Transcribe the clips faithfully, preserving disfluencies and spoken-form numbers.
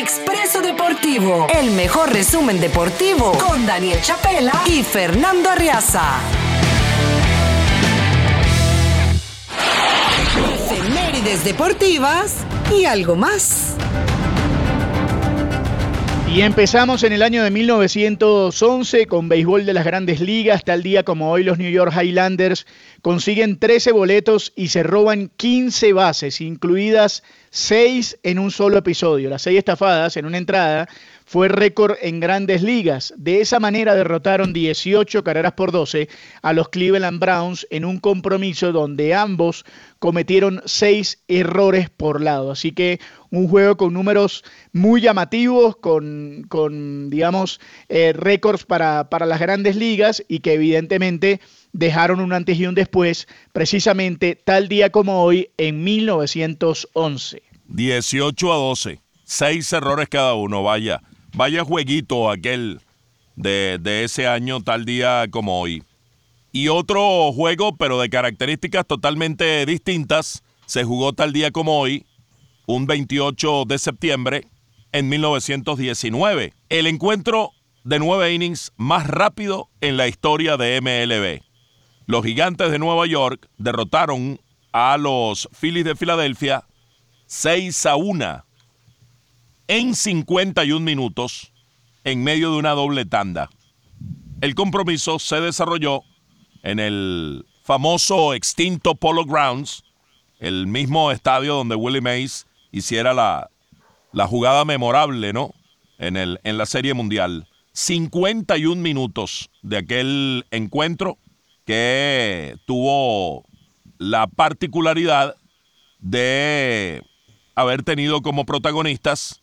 Expreso Deportivo, el mejor resumen deportivo con Daniel Chapela y Fernando Arriaza. Efemérides deportivas y algo más. Y empezamos en el año de mil novecientos once con béisbol de las Grandes Ligas. Tal día como hoy los New York Highlanders consiguen trece boletos y se roban quince bases, incluidas seis en un solo episodio. Las seis estafadas en una entrada fue récord en Grandes Ligas. De esa manera derrotaron dieciocho carreras por doce a los Cleveland Browns en un compromiso donde ambos cometieron seis errores por lado. Así que un juego con números muy llamativos, con, con digamos, eh, récords para, para las Grandes Ligas y que evidentemente dejaron un antes y un después, precisamente tal día como hoy en mil novecientos once. dieciocho a doce, seis errores cada uno, vaya. Vaya jueguito aquel de, de ese año, tal día como hoy. Y otro juego, pero de características totalmente distintas, se jugó tal día como hoy, un veintiocho de septiembre en mil novecientos diecinueve. El encuentro de nueve innings más rápido en la historia de M L B. Los Gigantes de Nueva York derrotaron a los Phillies de Filadelfia seis a uno en cincuenta y un minutos en medio de una doble tanda. El compromiso se desarrolló en el famoso extinto Polo Grounds, el mismo estadio donde Willie Mays hiciera la, la jugada memorable, ¿no? En, el, en la Serie Mundial. cincuenta y un minutos de aquel encuentro que tuvo la particularidad de haber tenido como protagonistas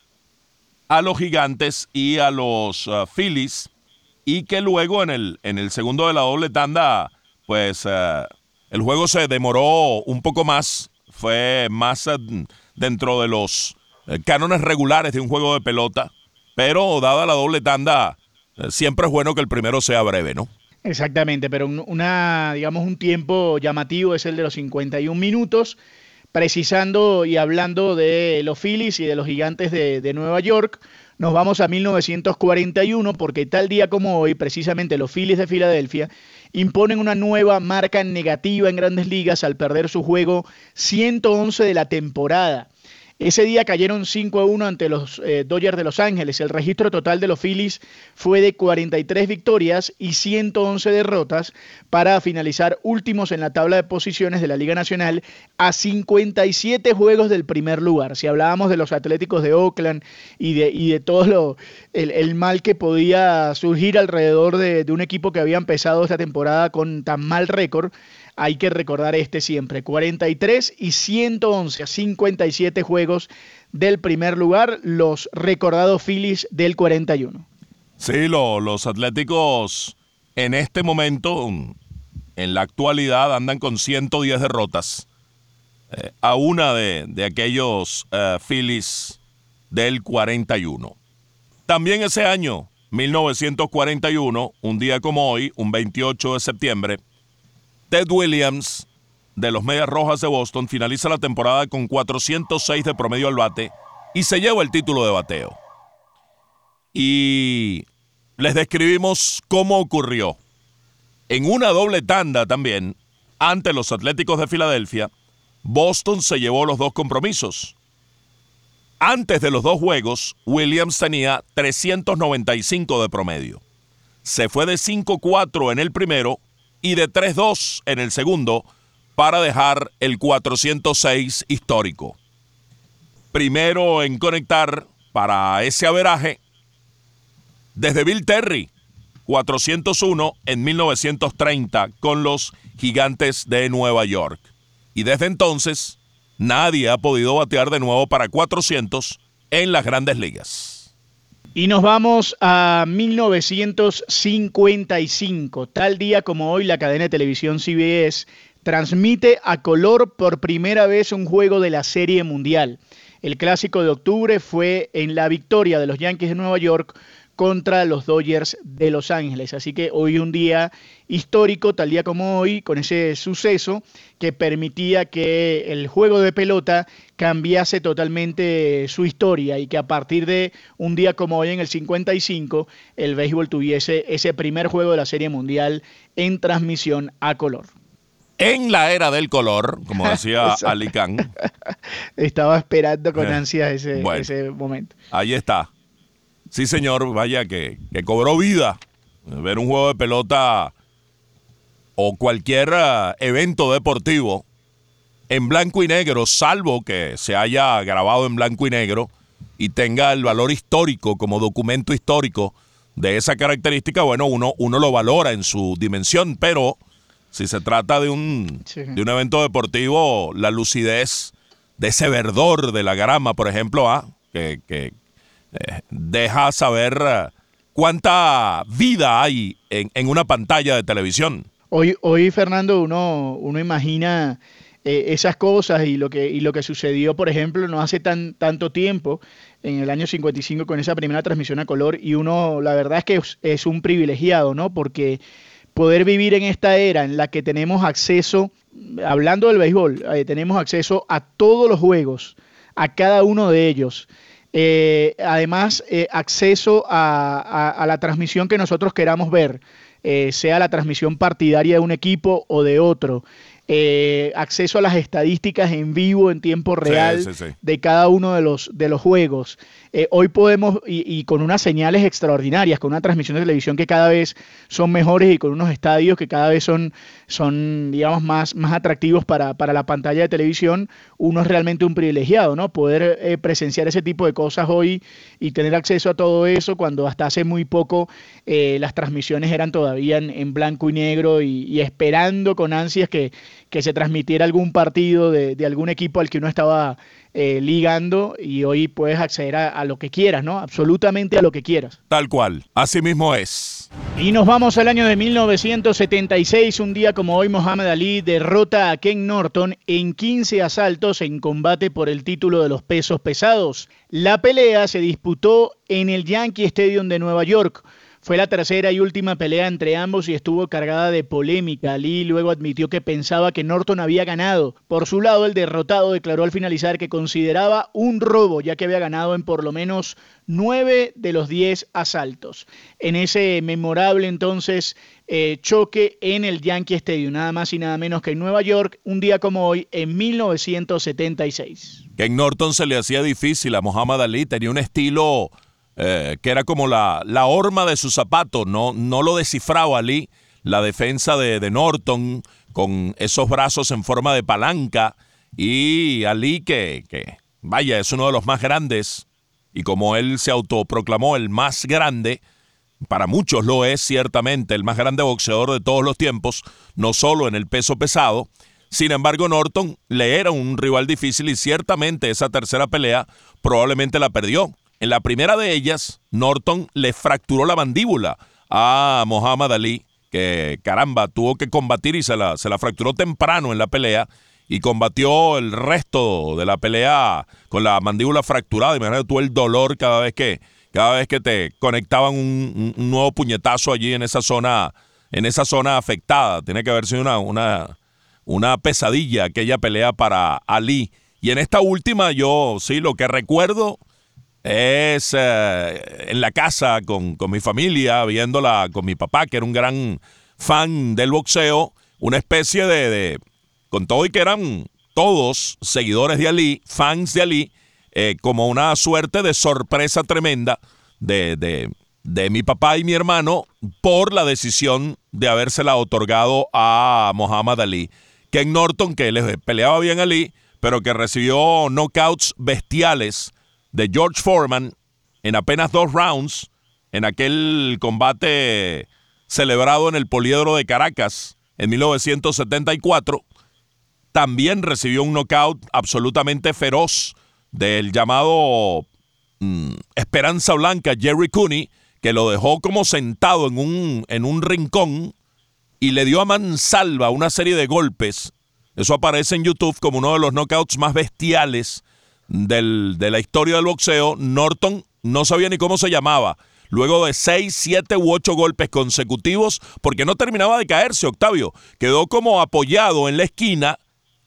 a los Gigantes y a los uh, Phillies, y que luego en el, en el segundo de la doble tanda, pues uh, el juego se demoró un poco más, fue más uh, dentro de los uh, cánones regulares de un juego de pelota, pero dada la doble tanda, uh, siempre es bueno que el primero sea breve, ¿no? Exactamente, pero un, una, digamos, un tiempo llamativo es el de los cincuenta y un minutos, precisando y hablando de los Phillies y de los Gigantes de, de Nueva York. Nos vamos a mil novecientos cuarenta y uno porque tal día como hoy, precisamente los Phillies de Filadelfia imponen una nueva marca negativa en Grandes Ligas al perder su juego ciento once de la temporada. Ese día cayeron cinco a uno ante los eh, Dodgers de Los Ángeles. El registro total de los Phillies fue de cuarenta y tres victorias y ciento once derrotas para finalizar últimos en la tabla de posiciones de la Liga Nacional a cincuenta y siete juegos del primer lugar. Si hablábamos de los Atléticos de Oakland y de, y de todo lo, el, el mal que podía surgir alrededor de, de un equipo que había empezado esta temporada con tan mal récord, hay que recordar este siempre, cuarenta y tres y ciento once a cincuenta y siete juegos del primer lugar, los recordados Phillies del cuarenta y uno. Sí, lo, los Atléticos en este momento, en la actualidad, andan con ciento diez derrotas, eh, a una de, de aquellos uh, Phillies del cuarenta y uno. También ese año, mil novecientos cuarenta y uno, un día como hoy, un veintiocho de septiembre, Ted Williams, de los Medias Rojas de Boston, finaliza la temporada con cuatrocientos seis de promedio al bate y se lleva el título de bateo. Y les describimos cómo ocurrió. En una doble tanda también, ante los Atléticos de Filadelfia, Boston se llevó los dos compromisos. Antes de los dos juegos, Williams tenía trescientos noventa y cinco de promedio. Se fue de cinco cuatro en el primero y de tres dos en el segundo para dejar el cuatrocientos seis histórico. Primero en conectar para ese averaje desde Bill Terry, cuatrocientos uno en mil novecientos treinta con los Gigantes de Nueva York. Y desde entonces nadie ha podido batear de nuevo para cuatrocientos en las Grandes Ligas. Y nos vamos a mil novecientos cincuenta y cinco. Tal día como hoy, la cadena de televisión C B S transmite a color por primera vez un juego de la Serie Mundial. El clásico de octubre fue en la victoria de los Yankees de Nueva York contra los Dodgers de Los Ángeles. Así que hoy un día histórico, tal día como hoy, con ese suceso que permitía que el juego de pelota cambiase totalmente su historia y que a partir de un día como hoy en el cincuenta y cinco el béisbol tuviese ese primer juego de la Serie Mundial en transmisión a color. En la era del color, como decía Ali Khan. Estaba esperando con ansias ese, bueno, ese momento. Ahí está. Sí, señor, vaya que, que cobró vida ver un juego de pelota o cualquier uh, evento deportivo en blanco y negro, salvo que se haya grabado en blanco y negro y tenga el valor histórico como documento histórico de esa característica. Bueno, uno, uno lo valora en su dimensión, pero si se trata de un, sí. de un evento deportivo, la lucidez de ese verdor de la grama, por ejemplo, ah, que, que eh, deja saber uh, cuánta vida hay en, en una pantalla de televisión. Hoy, hoy Fernando, uno, uno imagina eh, esas cosas y lo que y lo que sucedió, por ejemplo, no hace tan tanto tiempo, en el año cincuenta y cinco, con esa primera transmisión a color, y uno, la verdad es que es, es un privilegiado, ¿no? Porque poder vivir en esta era en la que tenemos acceso, hablando del béisbol, eh, tenemos acceso a todos los juegos, a cada uno de ellos. Eh, además, eh, acceso a, a, a la transmisión que nosotros queramos ver, eh, sea la transmisión partidaria de un equipo o de otro. Eh, acceso a las estadísticas en vivo, en tiempo real, sí, sí, sí. de cada uno de los, de los juegos. Eh, hoy podemos, y, y con unas señales extraordinarias, con una transmisión de televisión que cada vez son mejores y con unos estadios que cada vez son, son digamos, más, más atractivos para, para la pantalla de televisión, uno es realmente un privilegiado, ¿no? Poder eh, presenciar ese tipo de cosas hoy y tener acceso a todo eso cuando hasta hace muy poco eh, las transmisiones eran todavía en, en blanco y negro y, y esperando con ansias que que se transmitiera algún partido de, de algún equipo al que uno estaba eh, ligando, y hoy puedes acceder a, a lo que quieras, ¿no? Absolutamente a lo que quieras. Tal cual, así mismo es. Y nos vamos al año de mil novecientos setenta y seis, un día como hoy Muhammad Ali derrota a Ken Norton en quince asaltos en combate por el título de los pesos pesados. La pelea se disputó en el Yankee Stadium de Nueva York. Fue la tercera y última pelea entre ambos y estuvo cargada de polémica. Ali luego admitió que pensaba que Norton había ganado. Por su lado, el derrotado declaró al finalizar que consideraba un robo, ya que había ganado en por lo menos nueve de los diez asaltos. En ese memorable entonces eh, choque en el Yankee Stadium, nada más y nada menos que en Nueva York, un día como hoy en mil novecientos setenta y seis. Ken Norton se le hacía difícil a Muhammad Ali, tenía un estilo Eh, que era como la, la horma de su zapato, no, no lo descifraba Ali, la defensa de, de Norton con esos brazos en forma de palanca, y Ali que, que, vaya, es uno de los más grandes, y como él se autoproclamó el más grande, para muchos lo es ciertamente, el más grande boxeador de todos los tiempos, no solo en el peso pesado. Sin embargo, Norton le era un rival difícil y ciertamente esa tercera pelea probablemente la perdió. En la primera de ellas, Norton le fracturó la mandíbula a Muhammad Ali, que caramba, tuvo que combatir y se la, se la fracturó temprano en la pelea y combatió el resto de la pelea con la mandíbula fracturada. Imagínate tú el dolor cada vez que, cada vez que te conectaban un, un nuevo puñetazo allí en esa zona, en esa zona afectada. Tiene que haber sido una, una, una pesadilla aquella pelea para Ali. Y en esta última yo, sí, lo que recuerdo es eh, en la casa con, con mi familia, viéndola con mi papá, que era un gran fan del boxeo, una especie de, de con todo y que eran todos seguidores de Ali, fans de Ali, eh, como una suerte de sorpresa tremenda de, de, de mi papá y mi hermano por la decisión de habérsela otorgado a Muhammad Ali. Ken Norton, que le peleaba bien a Ali, pero que recibió knockouts bestiales de George Foreman en apenas dos rounds en aquel combate celebrado en el Poliedro de Caracas en mil novecientos setenta y cuatro. También recibió un knockout absolutamente feroz del llamado mm, Esperanza Blanca, Jerry Cooney, que lo dejó como sentado en un, en un rincón y le dio a mansalva una serie de golpes. Eso aparece en YouTube como uno de los knockouts más bestiales Del, de la historia del boxeo. Norton no sabía ni cómo se llamaba. luego de seis, siete u ocho golpes consecutivos, porque no terminaba de caerse, Octavio. Quedó como apoyado en la esquina,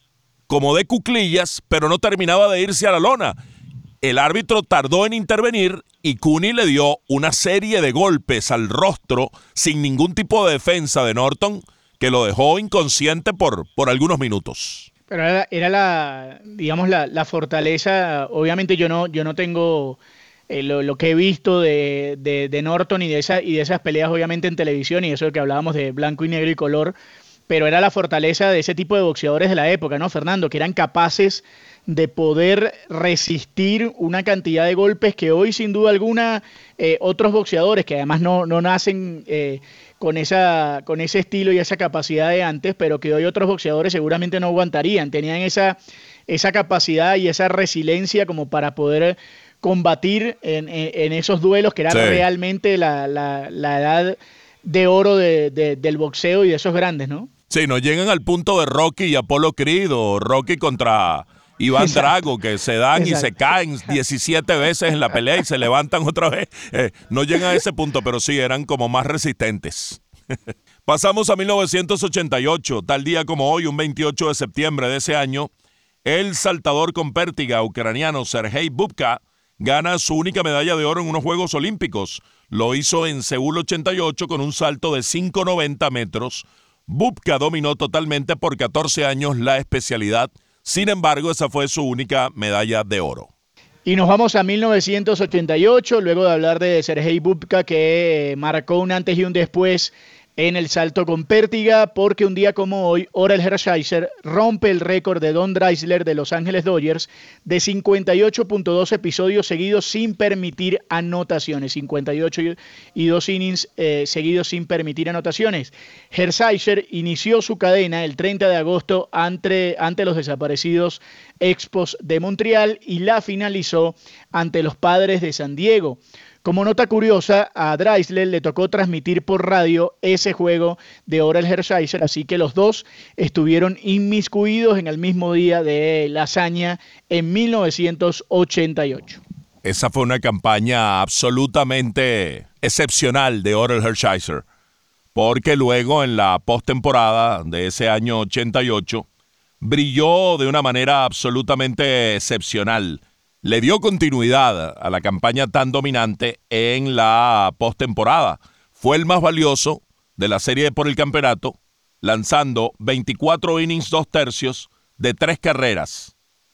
como de cuclillas, pero no terminaba de irse a la lona. El árbitro tardó en intervenir y Cooney le dio una serie de golpes al rostro sin ningún tipo de defensa de Norton, que lo dejó inconsciente por, por algunos minutos. Pero era, era la, digamos, la, la fortaleza. Obviamente yo no, yo no tengo eh, lo, lo que he visto de, de, de Norton y de, esa, y de esas peleas obviamente en televisión, y eso de que hablábamos de blanco y negro y color, pero era la fortaleza de ese tipo de boxeadores de la época, ¿no, Fernando? Que eran capaces de poder resistir una cantidad de golpes que hoy, sin duda alguna, eh, otros boxeadores que además no, no nacen eh, con, esa, con ese estilo y esa capacidad de antes, pero que hoy otros boxeadores seguramente no aguantarían. Tenían esa, esa capacidad y esa resiliencia como para poder combatir en, en, en esos duelos que era sí. realmente la, la, la edad de oro de, de, del boxeo y de esos grandes, ¿no? Sí, no llegan al punto de Rocky y Apollo Creed o Rocky contra Iván Exacto. Drago, que se dan Exacto. y se caen diecisiete veces en la pelea y se levantan otra vez. Eh, no llegan a ese punto, pero sí, eran como más resistentes. Pasamos a mil novecientos ochenta y ocho, tal día como hoy, un veintiocho de septiembre de ese año, el saltador con pértiga ucraniano Sergei Bubka gana su única medalla de oro en unos Juegos Olímpicos. Lo hizo en Seúl ochenta y ocho con un salto de cinco noventa metros. Bubka dominó totalmente por catorce años la especialidad. Sin embargo, esa fue su única medalla de oro. Y nos vamos a mil novecientos ochenta y ocho, luego de hablar de Sergei Bubka, que marcó un antes y un después en el salto con pértiga, porque un día como hoy, Orel Hershiser rompe el récord de Don Drysdale de Los Ángeles Dodgers de cincuenta y ocho punto dos episodios seguidos sin permitir anotaciones, cincuenta y ocho y dos innings eh, seguidos sin permitir anotaciones. Hershiser inició su cadena el treinta de agosto ante, ante los desaparecidos Expos de Montreal y la finalizó ante los Padres de San Diego. Como nota curiosa, a Drysdale le tocó transmitir por radio ese juego de Orel Hershiser, así que los dos estuvieron inmiscuidos en el mismo día de la hazaña en mil novecientos ochenta y ocho. Esa fue una campaña absolutamente excepcional de Orel Hershiser, porque luego en la postemporada de ese año ochenta y ocho brilló de una manera absolutamente excepcional. Le dio continuidad a la campaña tan dominante en la postemporada. Fue el más valioso de la serie por el campeonato, lanzando veinticuatro innings, dos tercios de tres carreras,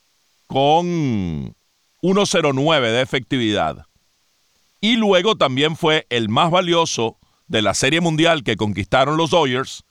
con uno punto cero nueve de efectividad. Y luego también fue el más valioso de la serie mundial que conquistaron los Dodgers,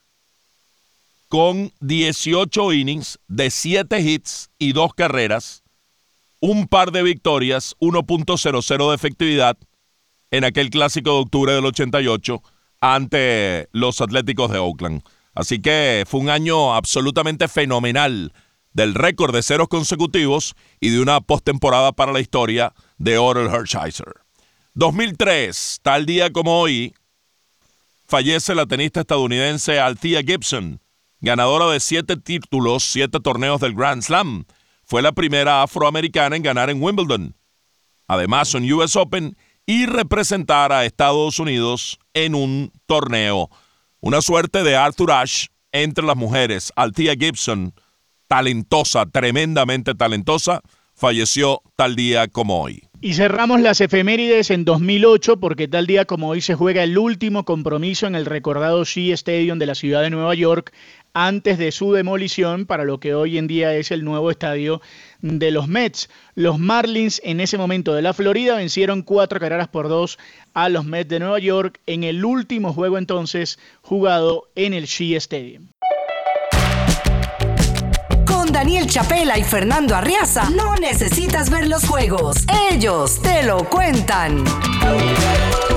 con dieciocho innings de siete hits y dos carreras, un par de victorias, uno punto cero cero de efectividad en aquel clásico de octubre del ochenta y ocho ante los Atléticos de Oakland. Así que fue un año absolutamente fenomenal del récord de ceros consecutivos y de una postemporada para la historia de Orel Hershiser. dos mil tres, tal día como hoy, fallece la tenista estadounidense Althea Gibson, ganadora de siete títulos, siete torneos del Grand Slam. Fue la primera afroamericana en ganar en Wimbledon, además un U S Open y representar a Estados Unidos en un torneo. Una suerte de Arthur Ashe entre las mujeres. Althea Gibson, talentosa, tremendamente talentosa, falleció tal día como hoy. Y cerramos las efemérides en dos mil ocho porque tal día como hoy se juega el último compromiso en el recordado Shea Stadium de la ciudad de Nueva York antes de su demolición para lo que hoy en día es el nuevo estadio de los Mets. Los Marlins en ese momento de la Florida vencieron cuatro carreras por dos a los Mets de Nueva York en el último juego entonces jugado en el Shea Stadium. Con Daniel Chapela y Fernando Arriaza no necesitas ver los juegos, ellos te lo cuentan.